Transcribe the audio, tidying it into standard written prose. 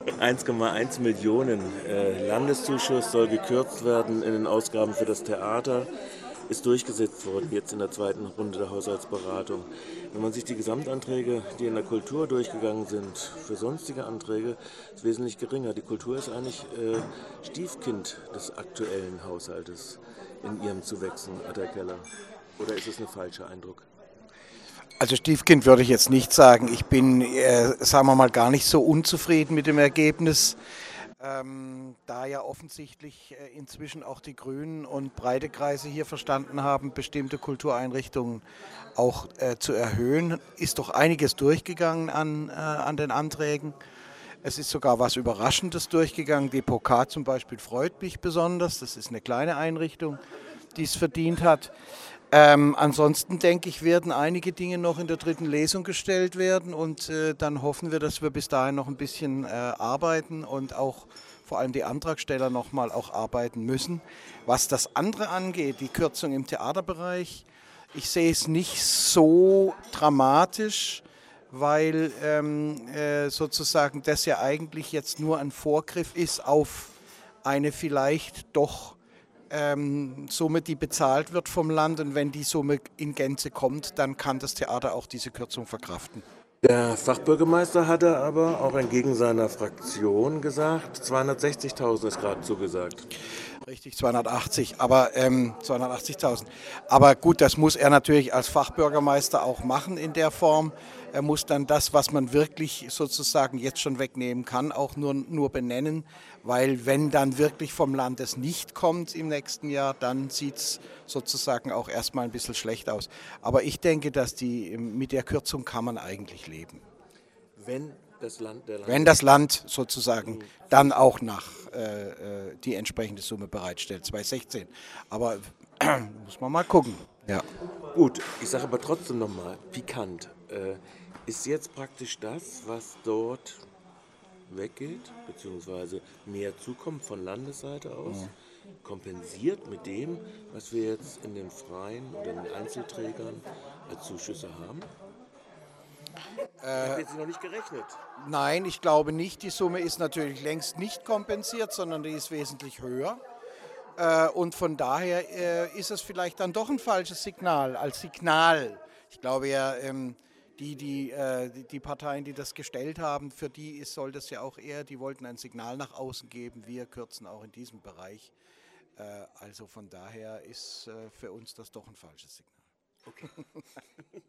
1,1 Millionen Landeszuschuss soll gekürzt werden in den Ausgaben für das Theater, ist durchgesetzt worden jetzt in der zweiten Runde der Haushaltsberatung. Wenn man sich die Gesamtanträge, die in der Kultur durchgegangen sind, für sonstige Anträge, ist wesentlich geringer. Die Kultur ist eigentlich Stiefkind des aktuellen Haushaltes in ihren Zuwächsen, Adder Keller. Oder ist es ein falscher Eindruck? Also Stiefkind würde ich jetzt nicht sagen. Ich bin, sagen wir mal, gar nicht so unzufrieden mit dem Ergebnis, da ja offensichtlich inzwischen auch die Grünen und breite Kreise hier verstanden haben, bestimmte Kultureinrichtungen auch zu erhöhen. Ist doch einiges durchgegangen an den Anträgen. Es ist sogar was Überraschendes durchgegangen. Die POK zum Beispiel freut mich besonders. Das ist eine kleine Einrichtung, die es verdient hat. Ansonsten denke ich, werden einige Dinge noch in der dritten Lesung gestellt werden und dann hoffen wir, dass wir bis dahin noch ein bisschen arbeiten und auch vor allem die Antragsteller nochmal auch arbeiten müssen. Was das andere angeht, die Kürzung im Theaterbereich, ich sehe es nicht so dramatisch, weil sozusagen das ja eigentlich jetzt nur ein Vorgriff ist auf eine vielleicht doch Summe, die bezahlt wird vom Land, und wenn die Summe in Gänze kommt, dann kann das Theater auch diese Kürzung verkraften. Der Fachbürgermeister hatte aber auch entgegen seiner Fraktion gesagt, 260.000 ist gerade zugesagt. Richtig, 280, aber 280.000. Aber gut, das muss er natürlich als Fachbürgermeister auch machen in der Form. Er muss dann das, was man wirklich sozusagen jetzt schon wegnehmen kann, auch nur benennen, weil wenn dann wirklich vom Land es nicht kommt im nächsten Jahr, dann sieht es sozusagen auch erstmal ein bisschen schlecht aus. Aber ich denke, dass mit der Kürzung kann man eigentlich leben. Wenn das Land, der Wenn Landes das Land sozusagen dann auch die entsprechende Summe bereitstellt, 2016. Aber muss man mal gucken. Ja. Gut, ich sage aber trotzdem nochmal, pikant. Ist jetzt praktisch das, was dort weggeht, beziehungsweise mehr zukommt von Landesseite aus, kompensiert mit dem, was wir jetzt in den Freien oder in den Einzelträgern als Zuschüsse haben? Ich habe jetzt noch nicht gerechnet. Nein, ich glaube nicht. Die Summe ist natürlich längst nicht kompensiert, sondern die ist wesentlich höher. Und von daher ist es vielleicht dann doch ein falsches Signal als Signal. Ich glaube ja, die Parteien, die das gestellt haben, für die soll das ja auch eher, die wollten ein Signal nach außen geben, wir kürzen auch in diesem Bereich. Also von daher ist für uns das doch ein falsches Signal. Okay.